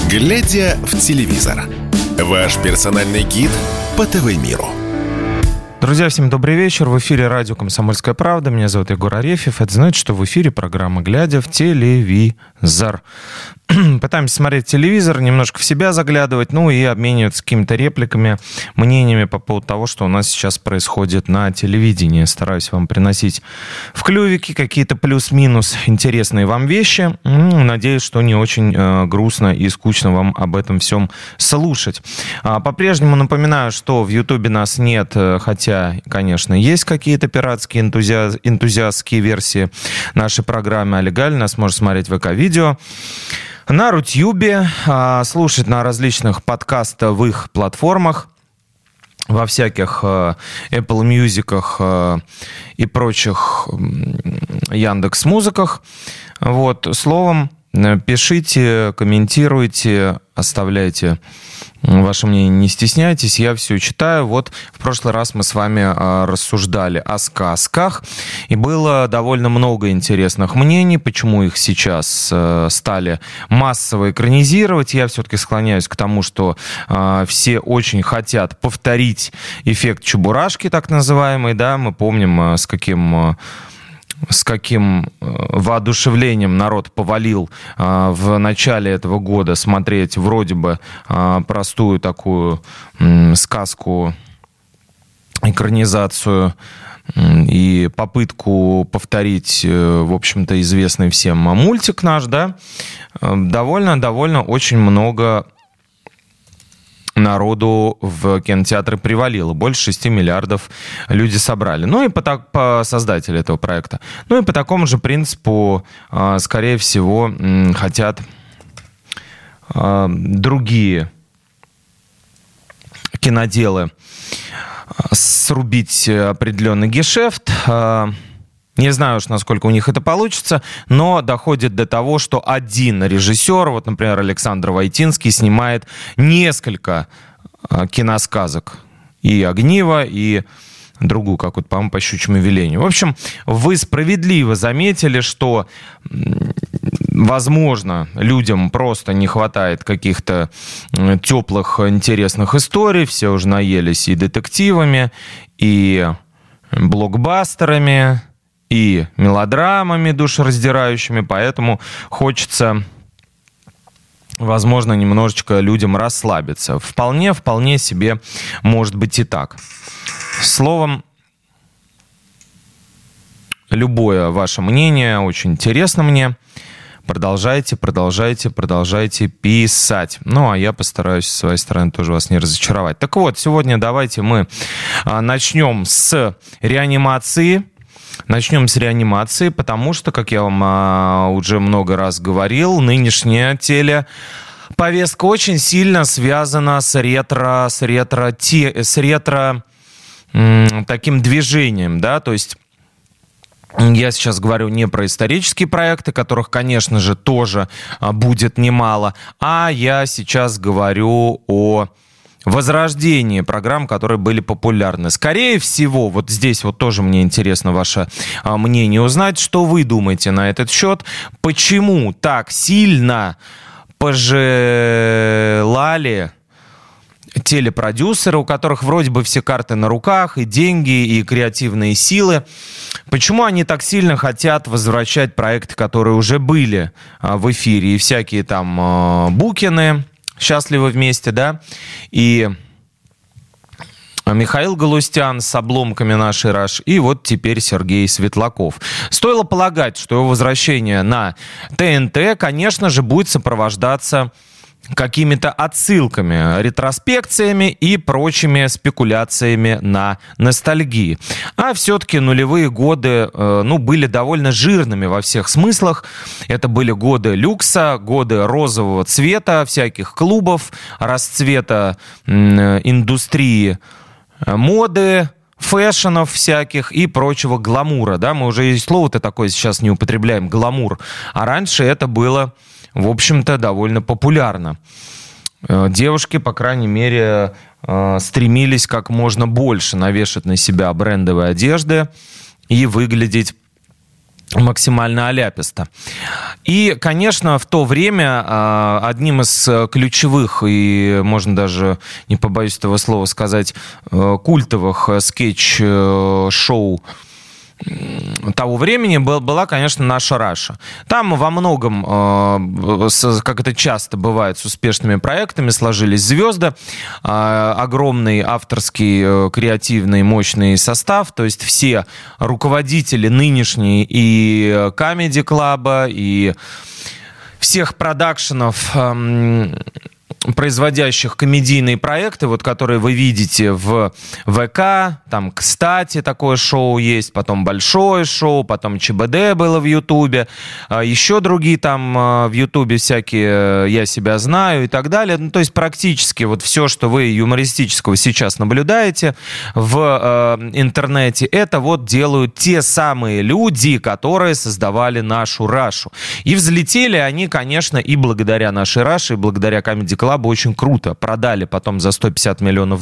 Глядя в телевизор. Ваш персональный гид по ТВ-миру. Друзья, всем добрый вечер. В эфире радио «Комсомольская правда». Меня зовут Егор Арефьев. Это значит, что в эфире программа «Глядя в телевизор». Пытаемся смотреть телевизор, немножко в себя заглядывать, ну и обмениваться какими-то репликами, мнениями по поводу того, что у нас сейчас происходит на телевидении. Стараюсь вам приносить в клювике какие-то плюс-минус интересные вам вещи. Надеюсь, что не очень грустно и скучно вам об этом всем слушать. По-прежнему напоминаю, что в Ютубе нас нет, хотя, конечно, есть какие-то пиратские энтузиастские версии нашей программы, а легально нас можно смотреть в ВК-видео. На Рутьюбе, слушать на различных подкастовых платформах, во всяких Apple Music'ах и прочих Яндекс.Музыках. Вот, словом, пишите, комментируйте, оставляйте ваше мнение, не стесняйтесь, я все читаю. Вот в прошлый раз мы с вами рассуждали о сказках, и было довольно много интересных мнений, почему их сейчас стали массово экранизировать. Я все-таки склоняюсь к тому, что все очень хотят повторить эффект Чебурашки, так называемый, да, мы помним, с каким воодушевлением народ повалил в начале этого года смотреть вроде бы простую такую сказку, экранизацию и попытку повторить, в общем-то, известный всем мультик наш, да, довольно очень много народу в кинотеатры привалило. Больше 6 миллиардов люди собрали. Ну и по создателю этого проекта. Ну и по такому же принципу, скорее всего, хотят другие киноделы срубить определенный гешефт. Не знаю уж, насколько у них это получится, но доходит до того, что один режиссер, вот, например, Александр Войтинский, снимает несколько киносказок. И «Огниво», и другую какую-то, по-моему, «По щучьему велению». В общем, вы справедливо заметили, что, возможно, людям просто не хватает каких-то теплых, интересных историй. Все уже наелись и детективами, и блокбастерами, и мелодрамами душераздирающими, поэтому хочется, возможно, немножечко людям расслабиться. Вполне себе может быть и так. Словом, любое ваше мнение очень интересно мне. Продолжайте писать. Ну, а я постараюсь с своей стороны тоже вас не разочаровать. Так вот, сегодня давайте мы начнем с реанимации. Начнем с реанимации, потому что, как я вам уже много раз говорил, нынешняя телеповестка очень сильно связана с ретро таким движением, да, то есть я сейчас говорю не про исторические проекты, которых, конечно же, тоже будет немало, а я сейчас говорю о возрождение программ, которые были популярны. Скорее всего, вот здесь вот тоже мне интересно ваше мнение узнать, что вы думаете на этот счет, почему так сильно пожелали телепродюсеры, у которых вроде бы все карты на руках, и деньги, и креативные силы, почему они так сильно хотят возвращать проекты, которые уже были в эфире, и всякие там Букины, «Счастливы вместе», да, и Михаил Галустян с «Обломками нашей Раш», и вот теперь Сергей Светлаков. Стоило полагать, что его возвращение на ТНТ, конечно же, будет сопровождаться какими-то отсылками, ретроспекциями и прочими спекуляциями на ностальгии. А все-таки нулевые годы, были довольно жирными во всех смыслах. Это были годы люкса, годы розового цвета, всяких клубов, расцвета индустрии моды, фэшенов всяких и прочего гламура. Да? Мы уже и слово-то такое сейчас не употребляем, гламур. А раньше это было, в общем-то, довольно популярно. Девушки, по крайней мере, стремились как можно больше навешать на себя брендовые одежды и выглядеть максимально аляписто. И, конечно, в то время одним из ключевых и, можно даже, не побоюсь этого слова сказать, культовых скетч-шоу того времени была, конечно, наша Раша. Там во многом, как это часто бывает с успешными проектами, сложились звезды, огромный авторский, креативный, мощный состав, то есть все руководители нынешние и Comedy Club, и всех продакшенов, производящих комедийные проекты, вот, которые вы видите в ВК, там, кстати, такое шоу есть, потом большое шоу, потом ЧБД было в Ютубе, еще другие там в Ютубе всякие «Я себя знаю» и так далее. Ну, то есть практически вот все, что вы юмористического сейчас наблюдаете в интернете, это вот делают те самые люди, которые создавали нашу Рашу. И взлетели они, конечно, и благодаря нашей Раше, и благодаря Comedy Club очень круто. Продали потом за $150 миллионов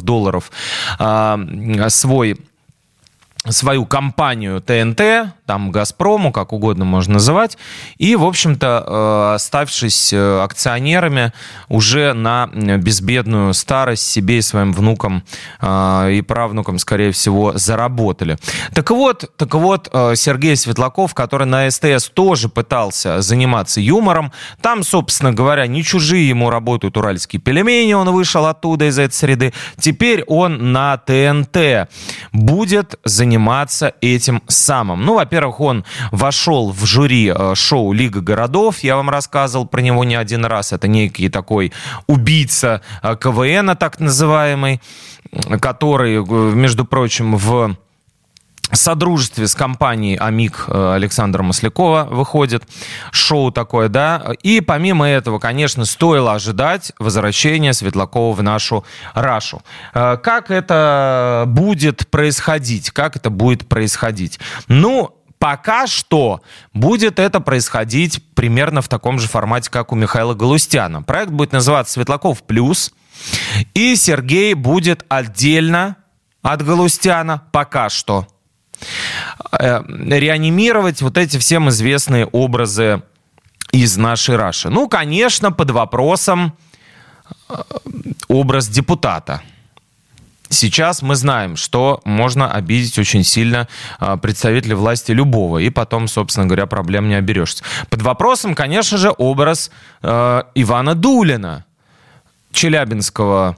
свою компанию ТНТ, там Газпрому, как угодно можно называть, и, в общем-то, оставшись акционерами, уже на безбедную старость себе и своим внукам и правнукам, скорее всего, заработали. Так вот, Сергей Светлаков, который на СТС тоже пытался заниматься юмором, там, собственно говоря, не чужие ему работают уральские пельмени, он вышел оттуда, из этой среды, теперь он на ТНТ будет заниматься этим самым. Ну, во-первых, он вошел в жюри шоу «Лига городов». Я вам рассказывал про него не один раз. Это некий такой убийца КВН, так называемый, который, между прочим, в содружестве с компанией «Амик» Александра Маслякова выходит. Шоу такое, да. И помимо этого, конечно, стоило ожидать возвращения Светлакова в нашу Рашу. Как это будет происходить? Ну, пока что будет это происходить примерно в таком же формате, как у Михаила Галустяна. Проект будет называться «Светлаков плюс». И Сергей будет отдельно от Галустяна пока что реанимировать вот эти всем известные образы из нашей Раши. Ну, конечно, под вопросом образ депутата. Сейчас мы знаем, что можно обидеть очень сильно представителей власти любого, и потом, собственно говоря, проблем не оберешься. Под вопросом, конечно же, образ Ивана Дулина, челябинского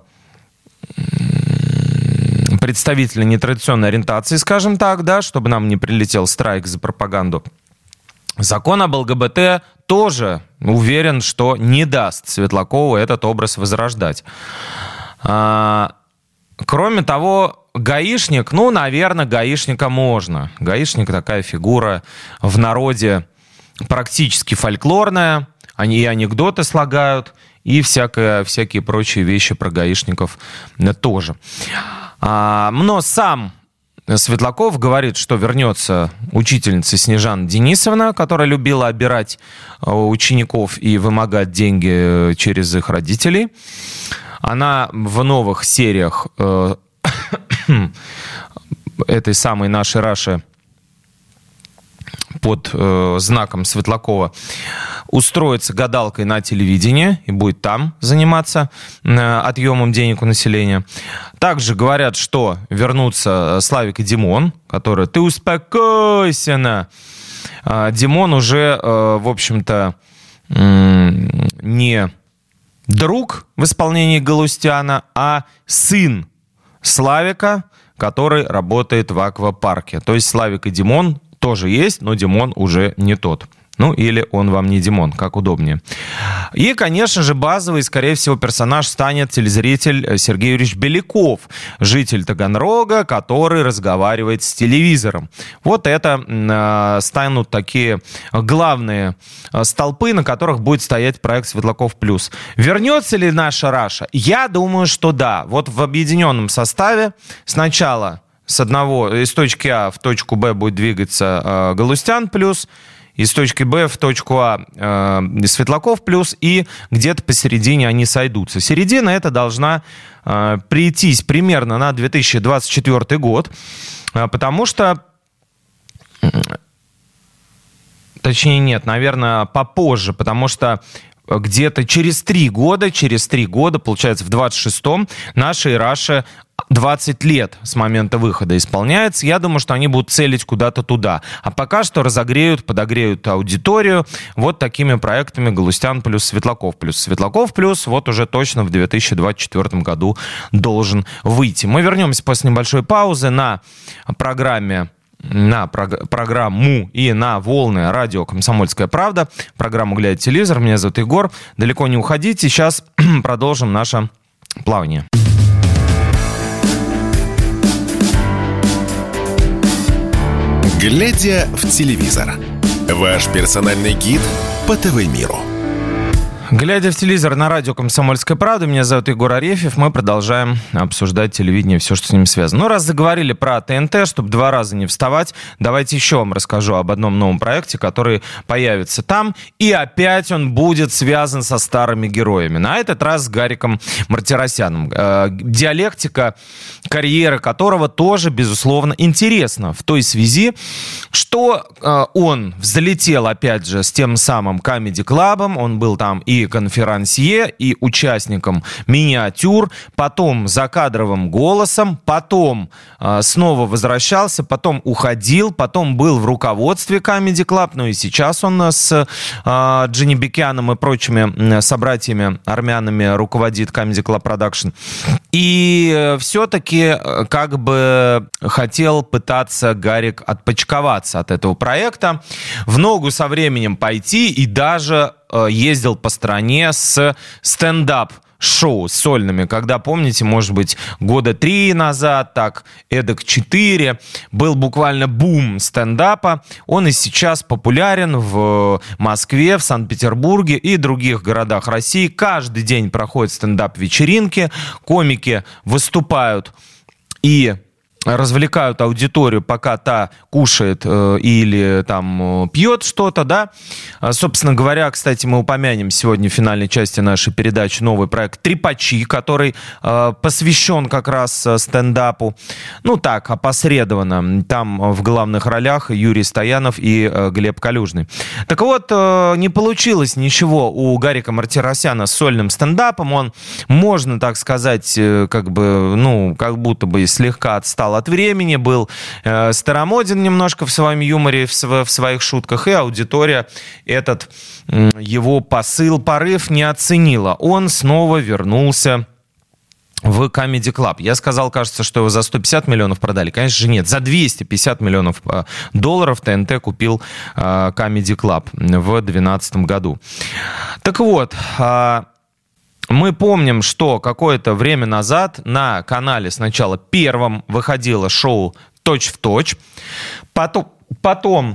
представителя нетрадиционной ориентации, скажем так, да, чтобы нам не прилетел страйк за пропаганду. Закон об ЛГБТ тоже уверен, что не даст Светлакову этот образ возрождать. Кроме того, гаишник, ну, наверное, гаишника можно. Гаишник такая фигура в народе практически фольклорная. Они и анекдоты слагают, и всякие прочие вещи про гаишников тоже. Но сам Светлаков говорит, что вернется учительница Снежана Денисовна, которая любила обирать учеников и вымогать деньги через их родителей. Она в новых сериях этой самой нашей Раши под знаком Светлакова устроится гадалкой на телевидении и будет там заниматься отъемом денег у населения. Также говорят, что вернутся Славик и Димон, которые «Ты успокойся!» Димон уже, в общем-то, не друг в исполнении Галустяна, а сын Славика, который работает в аквапарке. То есть Славик и Димон тоже есть, но Димон уже не тот. Ну, или он вам не Димон, как удобнее. И, конечно же, базовый, скорее всего, персонаж станет телезритель Сергей Юрьевич Беляков, житель Таганрога, который разговаривает с телевизором. Вот это станут такие главные столпы, на которых будет стоять проект «Светлаков плюс». Вернется ли наша Раша? Я думаю, что да. Вот в объединенном составе сначала из точки А в точку Б будет двигаться Галустян плюс, из точки Б в точку А Светлаков плюс, и где-то посередине они сойдутся. Середина это должна прийтись примерно на 2024 год, потому что Точнее, нет, наверное, попозже, потому что где-то через 3 года, получается, в 26-м, нашей Раше 20 лет с момента выхода исполняется. Я думаю, что они будут целить куда-то туда. А пока что подогреют аудиторию вот такими проектами «Галустян плюс Светлаков плюс». Светлаков плюс вот уже точно в 2024 году должен выйти. Мы вернемся после небольшой паузы на программу и на волны радио «Комсомольская правда». Программу «Глядя телевизор». Меня зовут Егор. Далеко не уходите. Сейчас продолжим наше плавание. «Глядя в телевизор». Ваш персональный гид по ТВ-миру. Глядя в телевизор на радио «Комсомольская правда», меня зовут Егор Арефьев, мы продолжаем обсуждать телевидение и все, что с ним связано. Ну, раз заговорили про ТНТ, чтобы 2 раза не вставать, давайте еще вам расскажу об одном новом проекте, который появится там, и опять он будет связан со старыми героями. На этот раз с Гариком Мартиросяном. Диалектика карьеры которого тоже, безусловно, интересна в той связи, что он взлетел, опять же, с тем самым Comedy Club'ом, он был там и конферансье, и участником миниатюр, потом закадровым голосом, потом снова возвращался, потом уходил, потом был в руководстве Comedy Club, ну и сейчас он с Джинни Бекяном и прочими собратьями армянами руководит Comedy Club Production. И все-таки как бы хотел пытаться Гарик отпочковаться от этого проекта, в ногу со временем пойти и даже ездил по стране с стендап-шоу с сольными, когда, помните, может быть, 3 года назад, так, эдак 4, был буквально бум стендапа. Он и сейчас популярен в Москве, в Санкт-Петербурге и других городах России. Каждый день проходят стендап-вечеринки, комики выступают и развлекают аудиторию, пока та кушает или там пьет что-то, да. Собственно говоря, кстати, мы упомянем сегодня в финальной части нашей передачи новый проект «Трепачи», который посвящен как раз стендапу. Ну так, опосредованно. Там в главных ролях Юрий Стоянов и Глеб Калюжный. Так вот, не получилось ничего у Гарика Мартиросяна с сольным стендапом. Он, можно так сказать, как будто бы слегка отстал от времени, был старомоден немножко в своем юморе, в своих шутках, и аудитория этот его порыв не оценила. Он снова вернулся в Comedy Club. Я сказал, кажется, что его за 150 миллионов продали. Конечно же, нет. За 250 миллионов долларов ТНТ купил Comedy Club в 2012 году. Так вот, мы помним, что какое-то время назад на канале сначала Первом выходило шоу «Точь в точь». Потом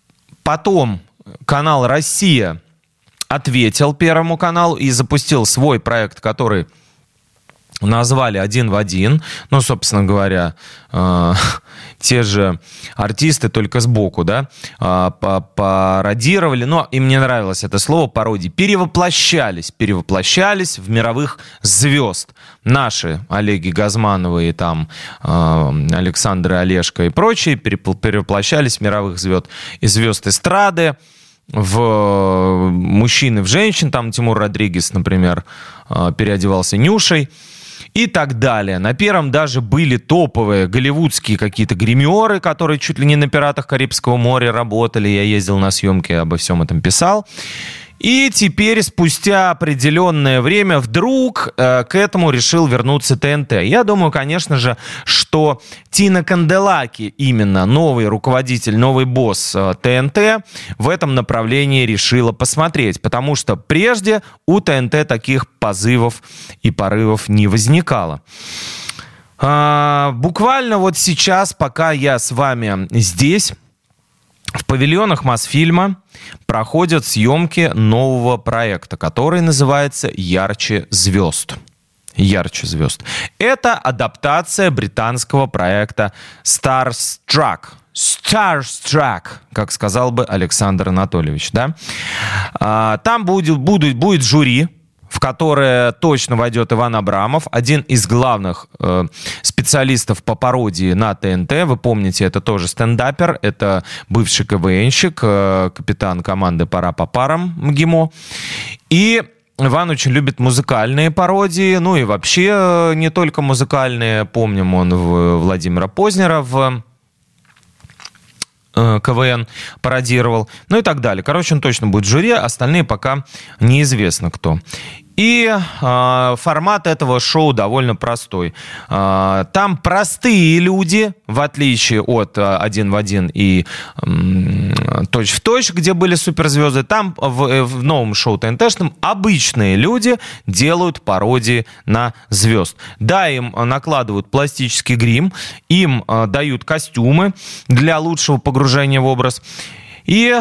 канал «Россия» ответил Первому каналу и запустил свой проект, который назвали «Один в один». Ну, собственно говоря, те же артисты, только сбоку, да, пародировали, но им не нравилось это слово пародии, перевоплощались в мировых звезд. Наши Олеги Газмановы и там Александр и Олежка и прочие перевоплощались в мировых звезд эстрады, в мужчин и в женщин, там Тимур Родригес, например, переодевался Нюшей. И так далее. На Первом даже были топовые голливудские какие-то гримеры, которые чуть ли не на «Пиратах Карибского моря» работали. Я ездил на съемки, обо всем этом писал. И теперь, спустя определенное время, вдруг к этому решил вернуться ТНТ. Я думаю, конечно же, что Тина Канделаки, именно новый руководитель, новый босс ТНТ, в этом направлении решила посмотреть. Потому что прежде у ТНТ таких позывов и порывов не возникало. Буквально вот сейчас, пока я с вами здесь, в павильонах Мосфильма проходят съемки нового проекта, который называется «Ярче звезд». «Ярче звезд». Это адаптация британского проекта Starstruck, как сказал бы Александр Анатольевич. Да? Там будет жюри, в которое точно войдет Иван Абрамов, один из главных специалистов по пародии на ТНТ. Вы помните, это тоже стендапер, это бывший КВНщик, капитан команды «Пора по парам» МГИМО. И Иван очень любит музыкальные пародии, ну и вообще не только музыкальные. Помним, он Владимира Познера в КВН пародировал, ну и так далее. Короче, он точно будет в жюри, остальные пока неизвестно кто. И формат этого шоу довольно простой. Там простые люди, в отличие от «Один в один» и «Точь в точь», где были суперзвезды. Там в новом шоу ТНТ-шном обычные люди делают пародии на звезд. Да, им накладывают пластический грим, им дают костюмы для лучшего погружения в образ. И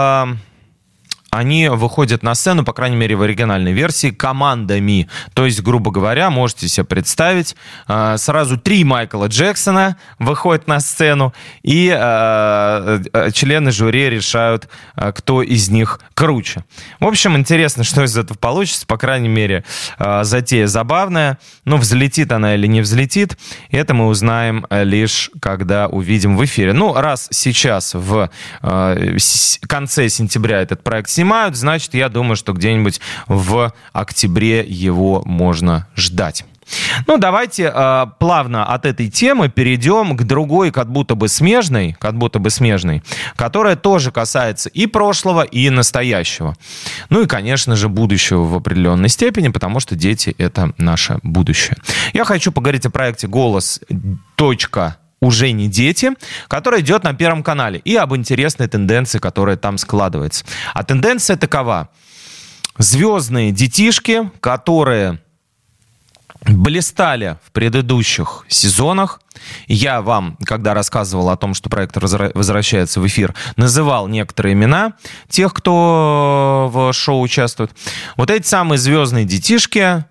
они выходят на сцену, по крайней мере, в оригинальной версии, командами. То есть, грубо говоря, можете себе представить, сразу 3 Майкла Джексона выходят на сцену, и члены жюри решают, кто из них круче. В общем, интересно, что из этого получится. По крайней мере, затея забавная. Но взлетит она или не взлетит, это мы узнаем лишь когда увидим в эфире. Ну, раз сейчас в конце сентября этот проект снимают, значит, я думаю, что где-нибудь в октябре его можно ждать. Ну, давайте плавно от этой темы перейдем к другой, как будто бы смежной, которая тоже касается и прошлого, и настоящего. Ну и, конечно же, будущего в определенной степени, потому что дети — это наше будущее. Я хочу поговорить о проекте «Голос. Уже не дети», который идет на Первом канале, и об интересной тенденции, которая там складывается. А тенденция такова. Звездные детишки, которые блистали в предыдущих сезонах. Я вам, когда рассказывал о том, что проект возвращается в эфир, называл некоторые имена тех, кто в шоу участвует. Вот эти самые звездные детишки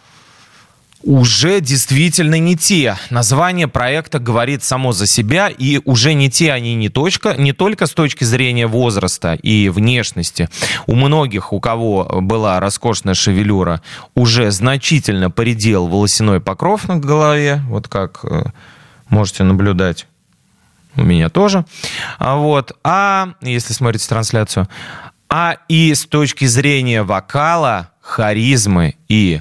уже действительно не те. Название проекта говорит само за себя, и уже не те они не только с точки зрения возраста и внешности. У многих, у кого была роскошная шевелюра, уже значительно поредел волосяной покров на голове, вот как можете наблюдать. У меня тоже. Вот. А если смотрите трансляцию, и с точки зрения вокала, харизмы и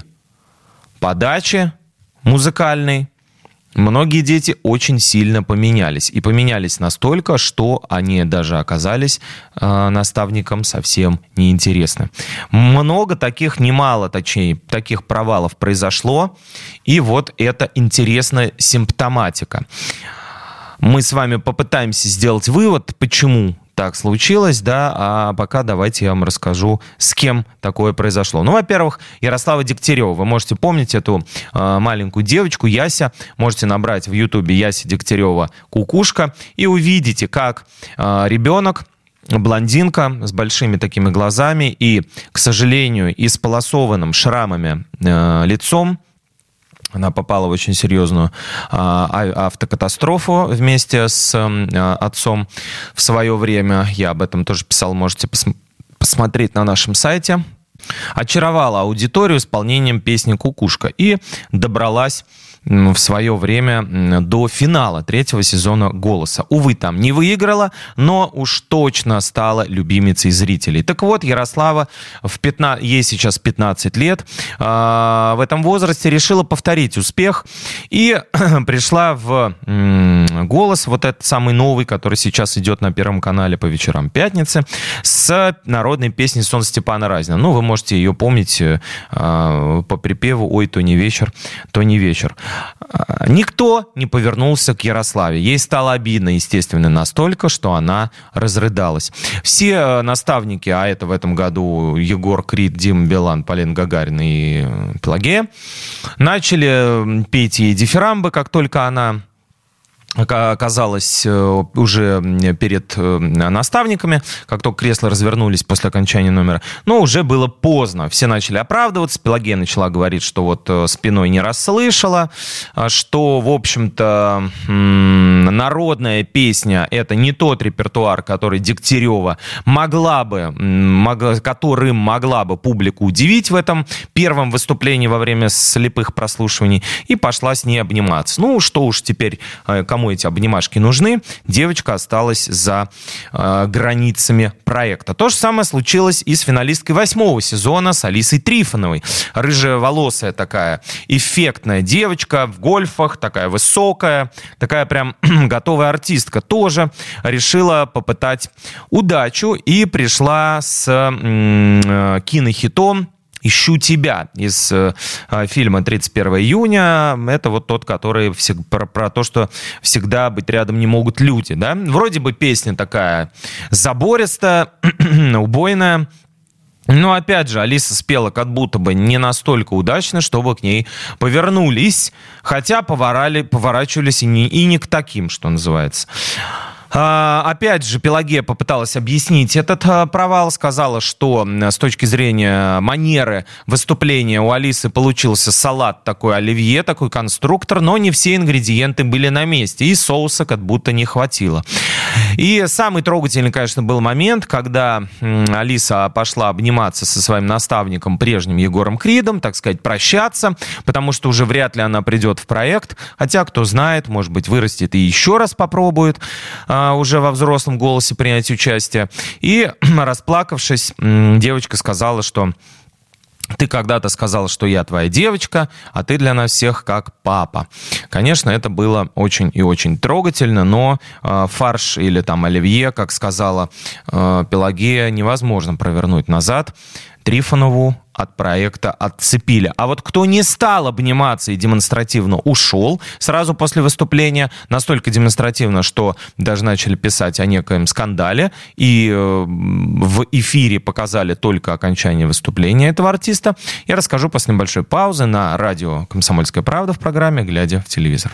подачи музыкальной, многие дети очень сильно поменялись. И поменялись настолько, что они даже оказались наставникам совсем неинтересны. Много таких, немало, точнее, таких провалов произошло. И вот это интересная симптоматика. Мы с вами попытаемся сделать вывод, почему так случилось, да, а пока давайте я вам расскажу, с кем такое произошло. Ну, во-первых, Ярослава Дегтярева. Вы можете помнить эту маленькую девочку Яся. Можете набрать в Ютубе Яся Дегтярева «Кукушка» и увидите, как ребенок, блондинка с большими такими глазами и, к сожалению, исполосованным шрамами лицом. Она попала в очень серьезную автокатастрофу вместе с отцом в свое время. Я об этом тоже писал, можете посмотреть на нашем сайте. Очаровала аудиторию исполнением песни «Кукушка» и добралась в свое время до финала 3-го сезона «Голоса». Увы, там не выиграла, но уж точно стала любимицей зрителей. Так вот, Ярослава, ей сейчас 15 лет, в этом возрасте решила повторить успех и пришла в «Голос», вот этот самый новый, который сейчас идет на Первом канале по вечерам пятницы, с народной песней «Сон Степана Разина». Ну, вы можете ее помнить по припеву «Ой, то не вечер, то не вечер». Никто не повернулся к Ярославе. Ей стало обидно, естественно, настолько, что она разрыдалась. Все наставники, а это в этом году Егор Крид, Дима Билан, Полина Гагарина и Пелагея, начали петь ей дифирамбы, как только она оказалась уже перед наставниками, как только кресла развернулись после окончания номера, но уже было поздно. Все начали оправдываться, Пелагея начала говорить, что вот спиной не расслышала, что, в общем-то, народная песня — это не тот репертуар, который Дегтярева которым могла бы публику удивить в этом первом выступлении во время слепых прослушиваний, и пошла с ней обниматься. Ну, что уж теперь, кому эти обнимашки нужны, девочка осталась за границами проекта. То же самое случилось и с финалисткой 8-го сезона, с Алисой Трифоновой. Рыжеволосая такая эффектная девочка в гольфах, такая высокая, такая прям готовая артистка, тоже решила попытать удачу и пришла с кинохитом «Ищу тебя» из фильма «31 июня». Это вот тот, который про то, что всегда быть рядом не могут люди. Да? Вроде бы песня такая забористая, убойная. Но, опять же, Алиса спела как будто бы не настолько удачно, чтобы к ней повернулись. Хотя поворачивались и не к таким, что называется. Опять же, Пелагея попыталась объяснить этот провал, сказала, что с точки зрения манеры выступления у Алисы получился салат такой оливье, такой конструктор, но не все ингредиенты были на месте, и соуса как будто не хватило. И самый трогательный, конечно, был момент, когда Алиса пошла обниматься со своим наставником, прежним Егором Кридом, так сказать, прощаться, потому что уже вряд ли она придет в проект, хотя, кто знает, может быть, вырастет и еще раз попробует уже во взрослом голосе принять участие. И, расплакавшись, девочка сказала, что ты когда-то сказала, что я твоя девочка, а ты для нас всех как папа. Конечно, это было очень и очень трогательно, но фарш или там оливье, как сказала Пелагея, невозможно провернуть назад. Трифонову от проекта отцепили. А вот кто не стал обниматься и демонстративно ушел сразу после выступления, настолько демонстративно, что даже начали писать о некоем скандале, и в эфире показали только окончание выступления этого артиста, я расскажу после небольшой паузы на радио «Комсомольская правда» в программе «Глядя в телевизор».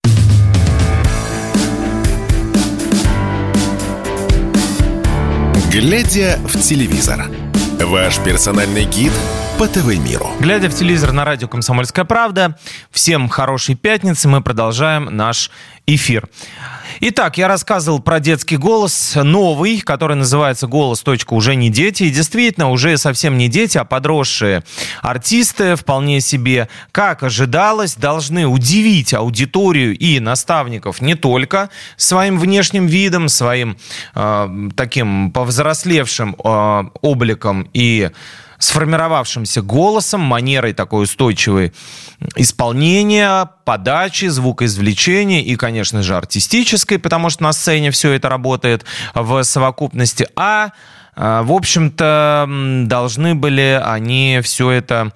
«Глядя в телевизор». Ваш персональный гид по ТВ-миру. Глядя в телевизор на радио «Комсомольская правда». Всем хорошей пятницы. Мы продолжаем наш эфир. Итак, я рассказывал про детский голос новый, который называется «Голос. Уже не дети». И действительно, уже совсем не дети, а подросшие артисты вполне себе, как ожидалось, должны удивить аудиторию и наставников не только своим внешним видом, своим таким повзрослевшим обликом и сформировавшимся голосом, манерой такой устойчивой исполнения, подачи, звукоизвлечения и, конечно же, артистической, потому что на сцене все это работает в совокупности. В общем-то, должны были они все это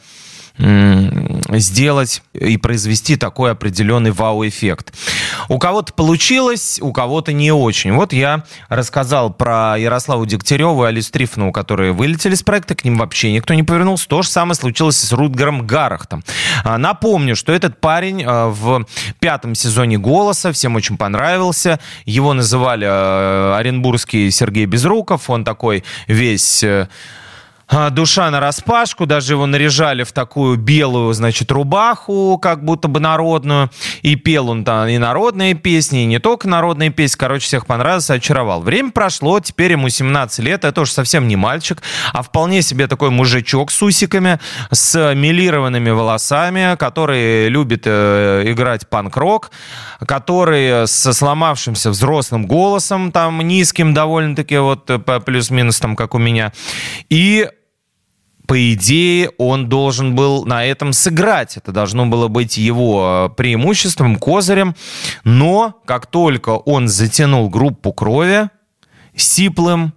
сделать и произвести такой определенный вау-эффект. У кого-то получилось, у кого-то не очень. Вот я рассказал про Ярославу Дегтяреву и Алису Трифонову, которые вылетели с проекта, к ним вообще никто не повернулся. То же самое случилось с Рутгером Гаррахтом. Напомню, что этот парень в 5-м сезоне «Голоса» всем очень понравился. Его называли оренбургский Сергей Безруков. Он такой весь... душа нараспашку, даже его наряжали в такую белую, значит, рубаху, как будто бы народную, и пел он там и народные песни, и не только народные песни, короче, всех понравился, очаровал. Время прошло, теперь ему 17 лет, это уже совсем не мальчик, а вполне себе такой мужичок с усиками, с мелированными волосами, который любит играть панк-рок, который со сломавшимся взрослым голосом, там, низким довольно-таки, вот, плюс-минус, там, как у меня, и по идее, он должен был на этом сыграть. Это должно было быть его преимуществом, козырем. Но как только он затянул группу крови сиплым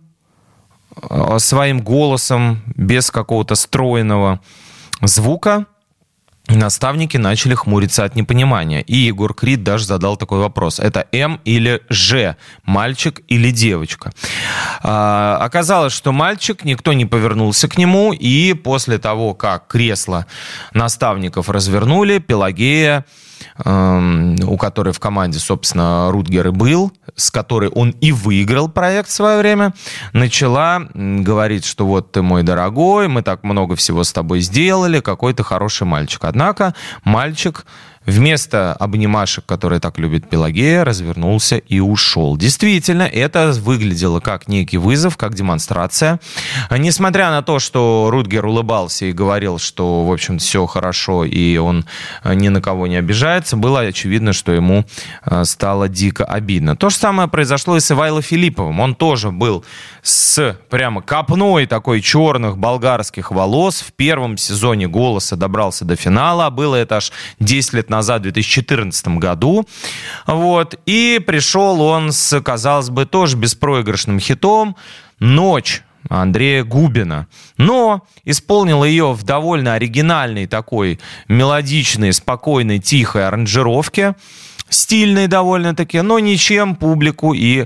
своим голосом, без какого-то стройного звука, наставники начали хмуриться от непонимания. И Егор Крид даже задал такой вопрос. Это М или Ж? Мальчик или девочка? Оказалось, что мальчик, никто не повернулся к нему. И после того, как кресло наставников развернули, Пелагея у которой в команде, собственно, Рутгер и был, с которой он и выиграл проект в свое время, начала говорить, что вот ты мой дорогой, мы так много всего с тобой сделали, какой ты хороший мальчик. Однако мальчик вместо обнимашек, которые так любит Пелагея, развернулся и ушел. Действительно, это выглядело как некий вызов, как демонстрация. Несмотря на то, что Рутгер улыбался и говорил, что, в общем-то, все хорошо, и он ни на кого не обижается, было очевидно, что ему стало дико обидно. То же самое произошло и с Ивайло Филипповым. Он тоже был с прямо копной такой черных болгарских волос. В первом сезоне «Голоса» добрался до финала. Было это аж 10 лет назад, в 2014 году. Вот. И пришел он с, казалось бы, тоже беспроигрышным хитом «Ночь» Андрея Губина. Но исполнил ее в довольно оригинальной такой мелодичной, спокойной, тихой аранжировке. Стильной довольно-таки, но ничем публику и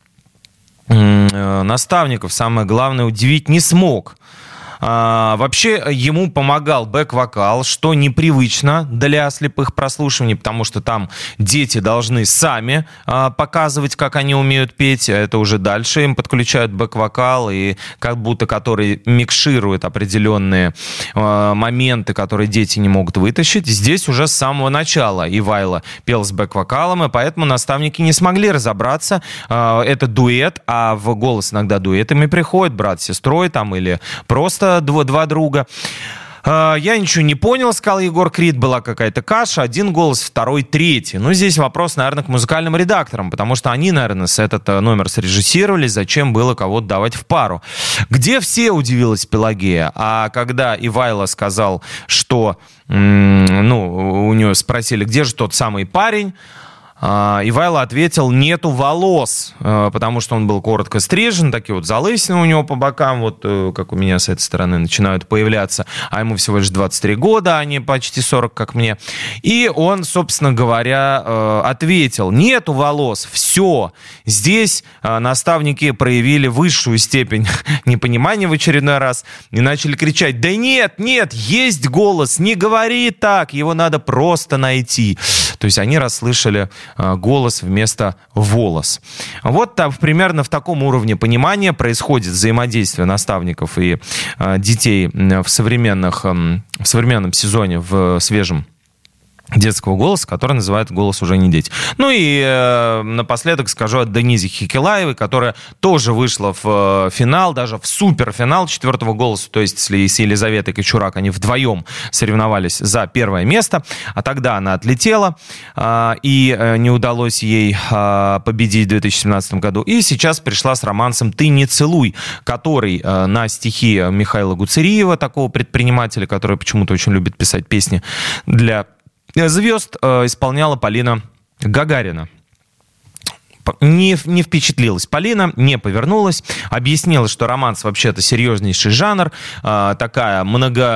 наставников, самое главное, удивить не смог. Вообще ему помогал бэк-вокал, что непривычно для слепых прослушиваний, потому что там дети должны сами показывать, как они умеют петь. Это уже дальше им подключают бэк-вокал, и как будто который микширует определенные моменты, которые дети не могут вытащить. Здесь уже с самого начала Ивайло пел с бэк-вокалом, и поэтому наставники не смогли разобраться. Это дуэт, а в «Голос» иногда дуэтами приходят, брат с сестрой там, или просто два друга. Я ничего не понял, сказал Егор Крид, была какая-то каша, один голос, второй, третий. Ну, здесь вопрос, наверное, к музыкальным редакторам, потому что они, наверное, этот номер срежиссировали, зачем было кого-то давать в пару. Где все, удивилась Пелагея, а когда Ивайло сказал, что, у нее спросили, где же тот самый парень, Ивайло ответил: нету волос, потому что он был коротко стрижен, такие вот залысины у него по бокам, вот как у меня с этой стороны начинают появляться, а ему всего лишь 23 года, а не почти 40, как мне. И он, собственно говоря, ответил: нету волос, все. Здесь наставники проявили высшую степень непонимания в очередной раз и начали кричать: да нет, есть голос, не говори так, его надо просто найти. То есть они расслышали голос вместо волос. Вот там, примерно в таком уровне понимания происходит взаимодействие наставников и детей в современном сезоне, в свежем детского голоса, который называют «Голос уже не дети». Ну и напоследок скажу о Денизе Хикелаевой, которая тоже вышла в финал, даже в суперфинал 4-го «Голоса», то есть с Елизаветой Кочурак они вдвоем соревновались за первое место, а тогда она отлетела, и не удалось ей победить в 2017 году. И сейчас пришла с романсом «Ты не целуй», который на стихи Михаила Гуцериева, такого предпринимателя, который почему-то очень любит писать песни для звезд, исполняла Полина Гагарина. Не впечатлилась Полина, не повернулась, объяснила, что романс вообще-то серьезнейший жанр, такая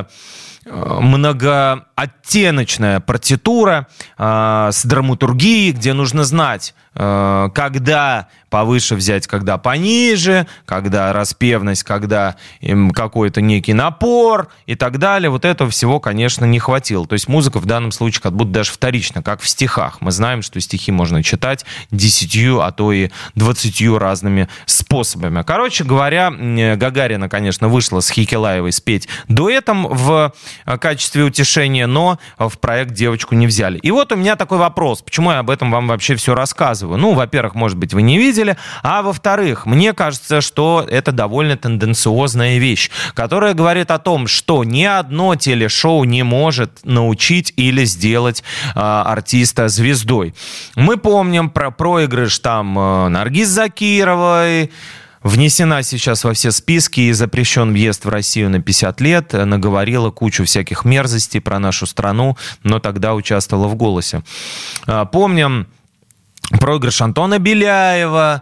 многооттеночная партитура с драматургией, где нужно знать, когда повыше взять, когда пониже, когда распевность, когда какой-то некий напор и так далее. Вот этого всего, конечно, не хватило. То есть музыка в данном случае как будто даже вторична, как в стихах. Мы знаем, что стихи можно читать 10, а то и 20 разными способами. Короче говоря, Гагарина, конечно, вышла с Хикелаевой спеть дуэтом в качестве утешения, но в проект девочку не взяли. И вот у меня такой вопрос. Почему я об этом вам вообще все рассказываю? Ну, во-первых, может быть, вы не видели, а во-вторых, мне кажется, что это довольно тенденциозная вещь, которая говорит о том, что ни одно телешоу не может научить или сделать артиста звездой. Мы помним про проигрыш там Наргиз Закировой, внесена сейчас во все списки и запрещен въезд в Россию на 50 лет, наговорила кучу всяких мерзостей про нашу страну, но тогда участвовала в «Голосе». Помним проигрыш Антона Беляева,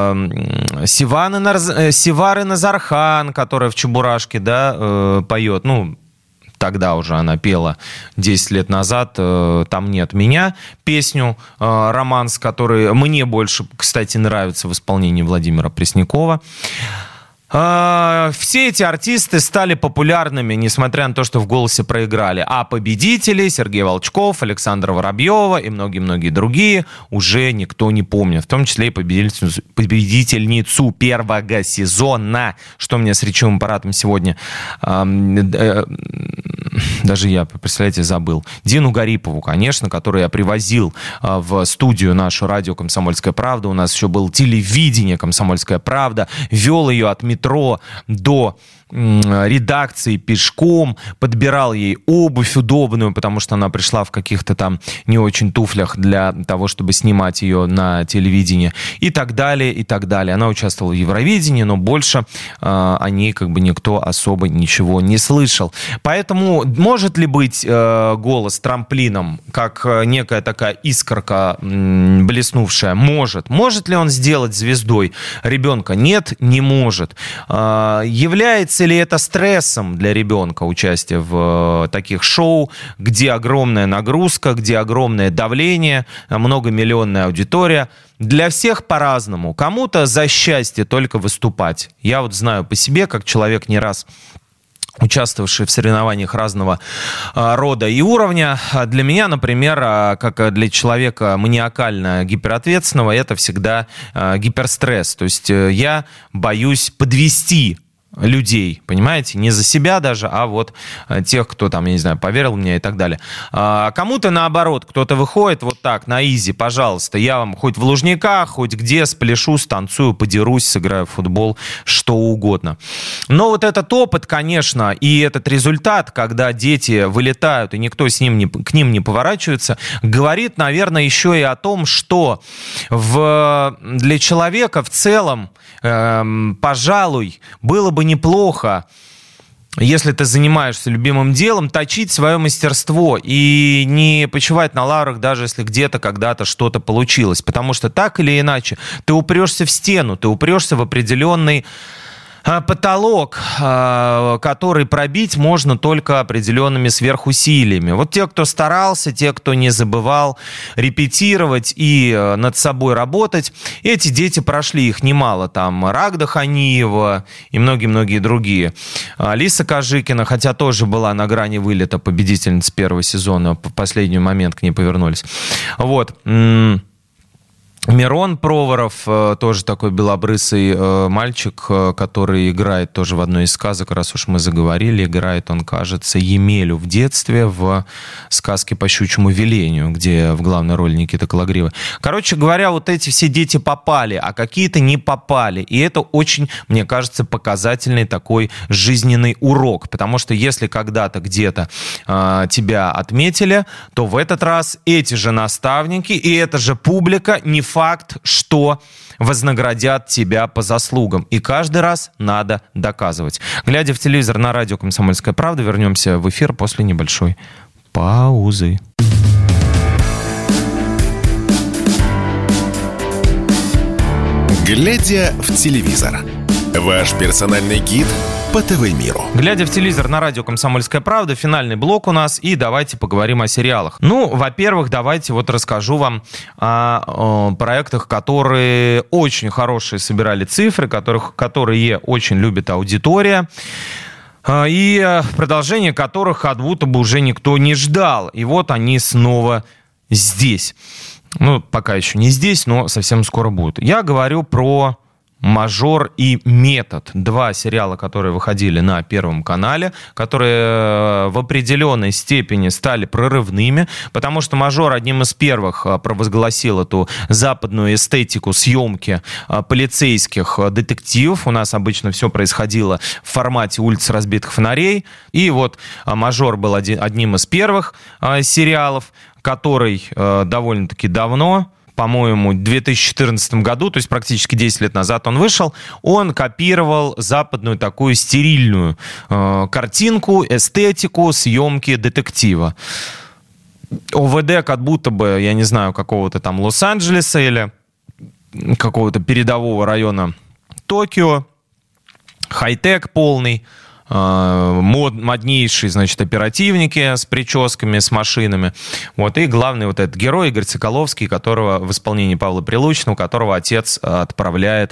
Севары Назархан, которая в «Чебурашке», да, поет, тогда уже она пела 10 лет назад «Там нет меня», песню «Романс», который мне больше, кстати, нравится в исполнении Владимира Преснякова. Все эти артисты стали популярными, несмотря на то, что в «Голосе» проиграли. А победители Сергей Волчков, Александра Воробьева и многие-многие другие уже никто не помнит. В том числе и победительницу первого сезона. Что мне с речевым аппаратом сегодня... Даже я, представляете, забыл. Дину Гарипову, конечно, которую я привозил в студию нашу радио «Комсомольская правда». У нас еще было телевидение «Комсомольская правда». Вел ее от метро до редакции пешком, подбирал ей обувь удобную, потому что она пришла в каких-то там не очень туфлях для того, чтобы снимать ее на телевидении, и так далее, и так далее. Она участвовала в Евровидении, но больше о ней как бы никто особо ничего не слышал. Поэтому может ли быть «Голос» трамплином, как некая такая искорка блеснувшая? Может. Может ли он сделать звездой ребенка? Нет, не может. Является ли это стрессом для ребенка участие в таких шоу, где огромная нагрузка, где огромное давление, многомиллионная аудитория? Для всех по-разному. Кому-то за счастье только выступать. Я вот знаю по себе, как человек не раз участвовавший в соревнованиях разного рода и уровня. Для меня, например, как для человека маниакально гиперответственного, это всегда гиперстресс. То есть я боюсь подвести людей, понимаете? Не за себя даже, а вот тех, кто там, я не знаю, поверил мне и так далее. Кому-то наоборот, кто-то выходит вот так, на изи, пожалуйста, я вам хоть в Лужниках, хоть где спляшу, станцую, подерусь, сыграю в футбол, что угодно. Но вот этот опыт, конечно, и этот результат, когда дети вылетают, и никто к ним не поворачивается, говорит, наверное, еще и о том, что для человека в целом, пожалуй, было бы неплохо, если ты занимаешься любимым делом, точить свое мастерство и не почивать на лаврах, даже если где-то когда-то что-то получилось. Потому что так или иначе ты упрешься в стену, ты упрешься в определенный потолок, который пробить можно только определенными сверхусилиями. Вот те, кто старался, те, кто не забывал репетировать и над собой работать, эти дети прошли, их немало. Там Рагда Ханиева и многие-многие другие. Алиса Кожикина, хотя тоже была на грани вылета, победительница первого сезона, в последний момент к ней повернулись. Вот. Мирон Проворов, тоже такой белобрысый мальчик, который играет тоже в одной из сказок, раз уж мы заговорили, играет он, кажется, Емелю в детстве в сказке «По щучьему велению», где в главной роли Никита Кологривый. Короче говоря, вот эти все дети попали, а какие-то не попали. И это очень, мне кажется, показательный такой жизненный урок, потому что если когда-то где-то тебя отметили, то в этот раз эти же наставники и эта же публика не факт, что вознаградят тебя по заслугам. И каждый раз надо доказывать. Глядя в телевизор на радио «Комсомольская правда», вернемся в эфир после небольшой паузы. Глядя в телевизор. Ваш персональный гид по ТВ-миру. Глядя в телевизор на радио «Комсомольская правда», финальный блок у нас, и давайте поговорим о сериалах. Ну, во-первых, давайте вот расскажу вам о проектах, которые очень хорошие собирали цифры, которые очень любит аудитория, и продолжение которых как будто бы уже никто не ждал. И вот они снова здесь. Ну, пока еще не здесь, но совсем скоро будут. Я говорю про «Мажор» и «Метод». Два сериала, которые выходили на Первом канале, которые в определенной степени стали прорывными, потому что «Мажор» одним из первых провозгласил эту западную эстетику съемки полицейских детективов. У нас обычно все происходило в формате «Улиц разбитых фонарей». И вот «Мажор» был одним из первых сериалов, который довольно-таки давно, по-моему, в 2014 году, то есть практически 10 лет назад он вышел, он копировал западную такую стерильную картинку, эстетику съемки детектива. ОВД как будто бы, я не знаю, какого-то там Лос-Анджелеса или какого-то передового района Токио, хай-тек полный, моднейшие, значит, оперативники с прическами, с машинами. Вот. И главный вот этот герой Игорь Соколовский, которого в исполнении Павла Прилучного, которого отец отправляет,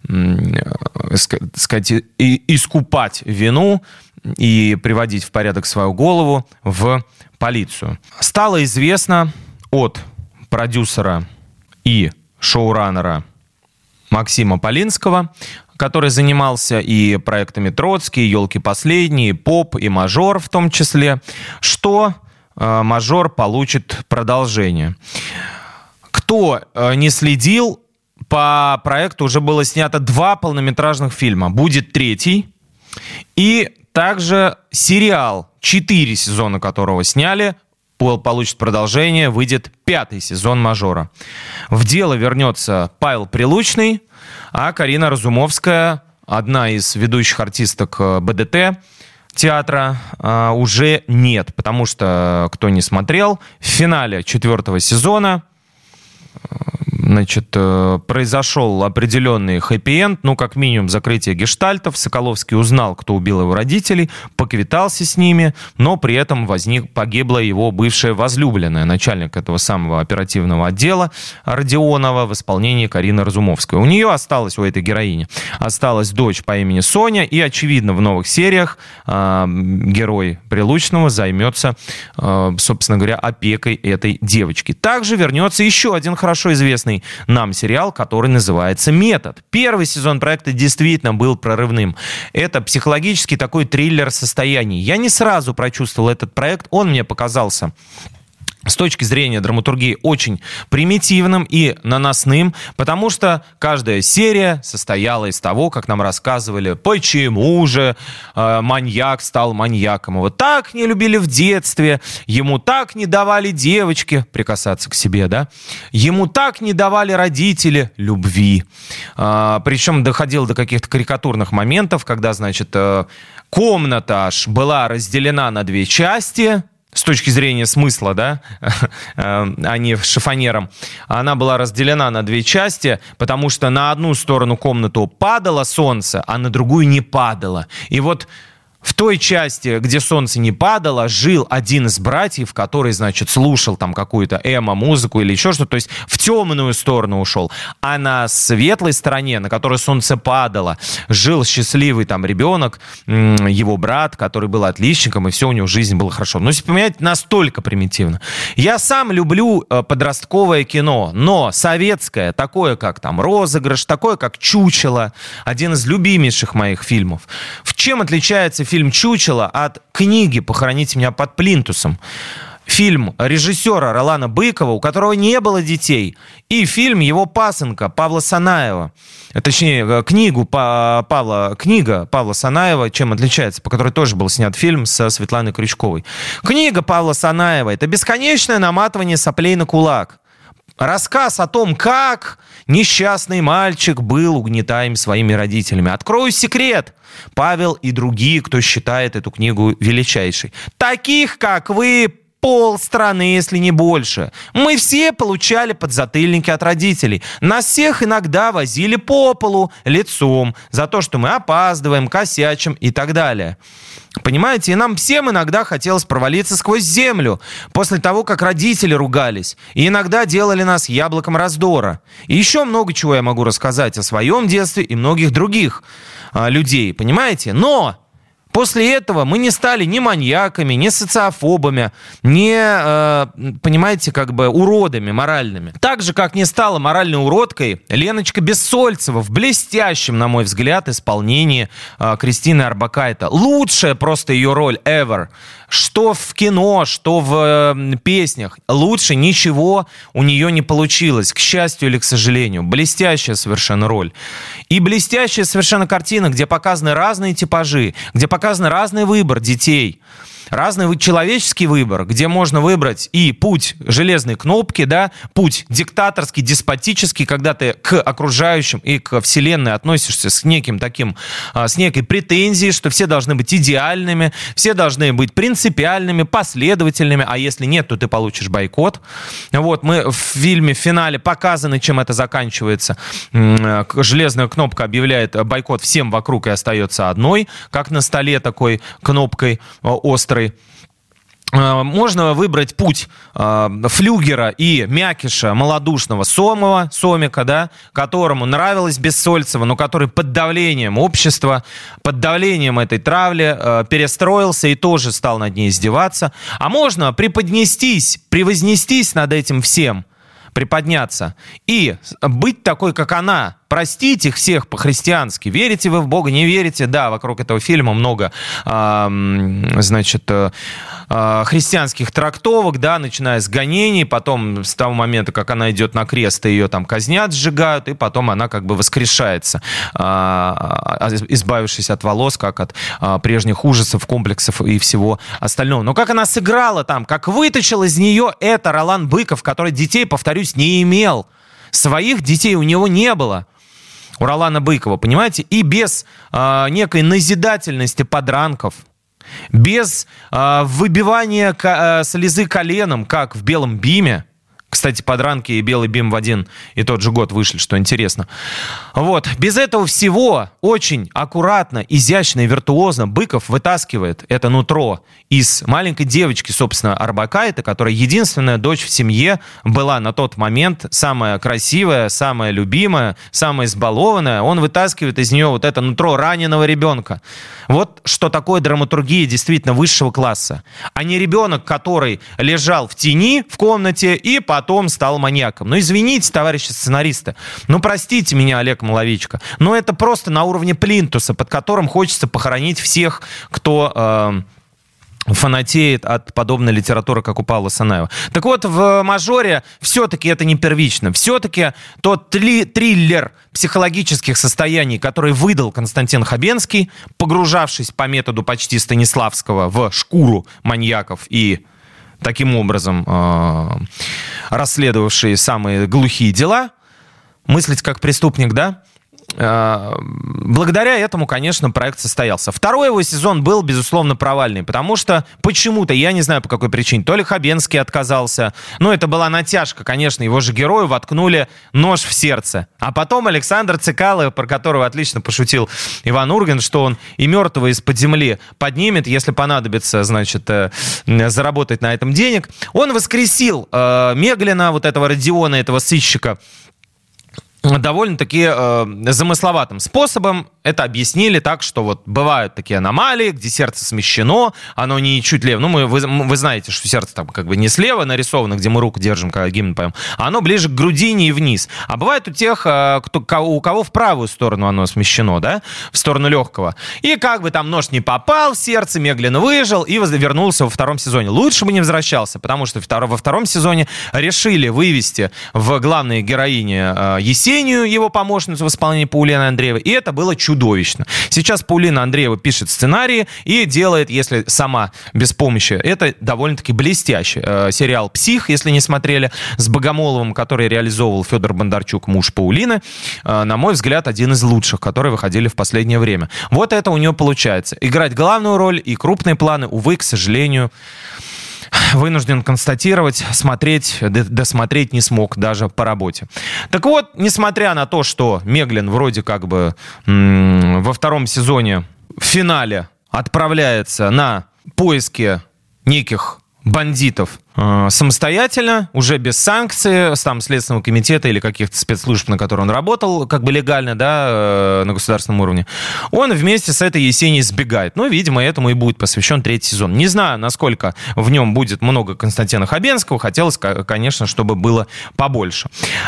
сказать, искупать вину и приводить в порядок свою голову в полицию. Стало известно от продюсера и шоураннера Максима Полинского, который занимался и проектами «Троцкий», и «Елки последние», и «Поп», и «Мажор» в том числе, что «Мажор» получит продолжение. Кто не следил, по проекту уже было снято 2 полнометражных фильма. Будет 3-й. И также сериал, 4 сезона которого сняли, получит продолжение, выйдет 5-й сезон «Мажора». В дело вернется Павел Прилучный, а Карина Разумовская, одна из ведущих артисток БДТ театра, уже нет. Потому что, кто не смотрел, в финале 4-го сезона, значит, произошел определенный хэппи-энд, ну, как минимум, закрытие гештальтов. Соколовский узнал, кто убил его родителей, поквитался с ними, но при этом погибла его бывшая возлюбленная, начальник этого самого оперативного отдела Родионова в исполнении Карины Разумовской. У нее осталась, у этой героини, осталась дочь по имени Соня, и, очевидно, в новых сериях герой Прилучного займется, собственно говоря, опекой этой девочки. Также вернется еще один хорошо известный нам сериал, который называется «Метод». Первый сезон проекта действительно был прорывным. Это психологический такой триллер состояний. Я не сразу прочувствовал этот проект, он мне показался с точки зрения драматургии очень примитивным и наносным, потому что каждая серия состояла из того, как нам рассказывали, почему же маньяк стал маньяком. Его так не любили в детстве, ему так не давали девочки прикасаться к себе, да? Ему так не давали родители любви. Причем доходило до каких-то карикатурных моментов, когда, значит, комната аж была разделена на 2 части, с точки зрения смысла, да, а не шифонером, она была разделена на 2 части, потому что на одну сторону комнату падало солнце, а на другую не падало. И вот в той части, где солнце не падало, жил один из братьев, который, значит, слушал там какую-то эмо-музыку или еще что-то, то есть в темную сторону ушел. А на светлой стороне, на которой солнце падало, жил счастливый там ребенок, его брат, который был отличником, и все у него в жизни было хорошо. Но, если понимаете, настолько примитивно. Я сам люблю подростковое кино, но советское, такое как там «Розыгрыш», такое как «Чучело», один из любимейших моих фильмов. В чем отличается фильм «Чучело» от книги «Похороните меня под плинтусом»? Фильм режиссера Ролана Быкова, у которого не было детей, и фильм его пасынка Павла Санаева. Точнее, книга Павла Санаева, чем отличается, по которой тоже был снят фильм со Светланой Крючковой. Книга Павла Санаева — это бесконечное наматывание соплей на кулак. Рассказ о том, как несчастный мальчик был угнетаем своими родителями. Открою секрет. Павел и другие, кто считает эту книгу величайшей. Таких, как вы, полстраны, если не больше. Мы все получали подзатыльники от родителей. Нас всех иногда возили по полу лицом за то, что мы опаздываем, косячим и так далее. Понимаете, и нам всем иногда хотелось провалиться сквозь землю после того, как родители ругались. И иногда делали нас яблоком раздора. И еще много чего я могу рассказать о своем детстве и многих других людей, понимаете? Но после этого мы не стали ни маньяками, ни социофобами, ни, понимаете, как бы уродами моральными. Так же, как не стала моральной уродкой Леночка Бессольцева в блестящем, на мой взгляд, исполнении Кристины Орбакайте. Лучшая просто ее роль ever. Что в кино, что в песнях. Лучше ничего у нее не получилось, к счастью или к сожалению. Блестящая совершенно роль. И блестящая совершенно картина, где показаны разные типажи, где показан разный выбор детей. разный человеческий выбор, где можно выбрать и путь железной кнопки, да, путь диктаторский, деспотический, когда ты к окружающим и к вселенной относишься с неким таким, с некой претензией, что все должны быть идеальными, все должны быть принципиальными, последовательными, а если нет, то ты получишь бойкот. Вот, мы в фильме в финале показаны, чем это заканчивается. Железная кнопка объявляет бойкот всем вокруг и остается одной, как на столе такой кнопкой острой. Можно выбрать путь флюгера и мякиша малодушного Сомика, да, которому нравилось Бессольцева, но который под давлением общества, под давлением этой травли перестроился и тоже стал над ней издеваться. А можно превознестись над этим всем, приподняться и быть такой, как она, простить их всех по-христиански. Верите вы в Бога, не верите? Да, вокруг этого фильма много, христианских трактовок, да, начиная с гонений, потом с того момента, как она идет на крест, ее там казнят, сжигают, и потом она как бы воскрешается, избавившись от волос, как от прежних ужасов, комплексов и всего остального. Но как она сыграла там, как вытащил из нее это Ролан Быков, который детей, повторюсь, не имел. Своих детей у него не было. У Ролана Быкова, понимаете? И без некой назидательности подранков, без выбивания слезы коленом, как в «Белом биме». Кстати, «Подранки» и «Белый бим» в один и тот же год вышли, что интересно. Вот. Без этого всего очень аккуратно, изящно и виртуозно Быков вытаскивает это нутро из маленькой девочки, собственно, Орбакайте, которая единственная дочь в семье была на тот момент, самая красивая, самая любимая, самая избалованная. Он вытаскивает из нее вот это нутро раненого ребенка. Вот что такое драматургия действительно высшего класса. А не ребенок, который лежал в тени в комнате и потом стал маньяком. Ну, извините, товарищи сценаристы. Ну, простите меня, Олег Маловичко. Но это просто на уровне плинтуса, под которым хочется похоронить всех, кто фанатеет от подобной литературы, как у Павла Санаева. Так вот, в «Мажоре» все-таки это не первично. Все-таки тот триллер психологических состояний, который выдал Константин Хабенский, погружавшись по методу почти Станиславского в шкуру маньяков и таким образом расследовавшие самые глухие дела, мыслить как преступник, да? Благодаря этому, конечно, проект состоялся. Второй его сезон был, безусловно, провальный, потому что почему-то, я не знаю по какой причине, то ли Хабенский отказался, но это была натяжка, конечно, его же герою воткнули нож в сердце. А потом Александр Цекало, про которого отлично пошутил Иван Ургант, что он и мертвого из-под земли поднимет, если понадобится, значит, заработать на этом денег. Он воскресил Меглина, вот этого Родиона, этого сыщика, довольно-таки замысловатым способом. Это объяснили так, что вот бывают такие аномалии, где сердце смещено, оно не чуть лево. Ну, вы знаете, что сердце там как бы не слева нарисовано, где мы руку держим, когда гимн поем, а оно ближе к грудине и вниз. А бывает у тех, у кого в правую сторону оно смещено, да, в сторону легкого. И как бы там нож не попал в сердце, Меглин выжил и вернулся во втором сезоне. Лучше бы не возвращался, потому что во втором сезоне решили вывести в главной героине Есению, его помощницу в исполнении Паулины Андреевой, и это было чудовищно. Сейчас Паулина Андреева пишет сценарии и делает, если сама без помощи, это довольно-таки блестящий сериал «Псих», если не смотрели, с Богомоловым, который реализовывал Федор Бондарчук, муж Паулины. На мой взгляд, один из лучших, которые выходили в последнее время. Вот это у нее получается. Играть главную роль и крупные планы, увы, к сожалению, вынужден констатировать, досмотреть не смог даже по работе. Так вот, несмотря на то, что Меглин вроде как бы во втором сезоне в финале отправляется на поиски неких бандитов самостоятельно, уже без санкций там Следственного комитета или каких-то спецслужб, на которые он работал, как бы легально, да, на государственном уровне, он вместе с этой Есенией сбегает. Ну, видимо, этому и будет посвящен третий сезон. Не знаю, насколько в нем будет много Константина Хабенского. Хотелось, конечно, чтобы было побольше.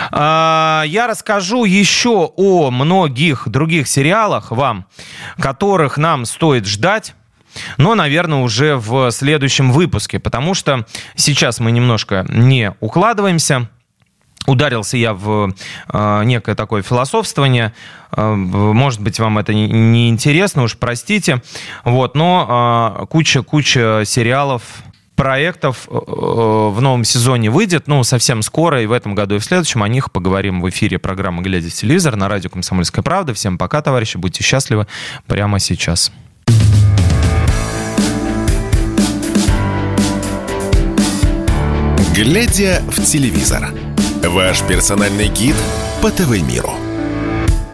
Я расскажу еще о многих других сериалах вам, которых нам стоит ждать. Но, наверное, уже в следующем выпуске, потому что сейчас мы немножко не укладываемся. Ударился я в некое такое философствование. Может быть, вам это не интересно, уж простите. Вот, но куча сериалов, проектов в новом сезоне выйдет, совсем скоро, и в этом году, и в следующем. О них поговорим в эфире программы «Глядя в телевизор» на радио «Комсомольская правда». Всем пока, товарищи, будьте счастливы прямо сейчас. «Глядя в телевизор» — ваш персональный гид по ТВ-миру.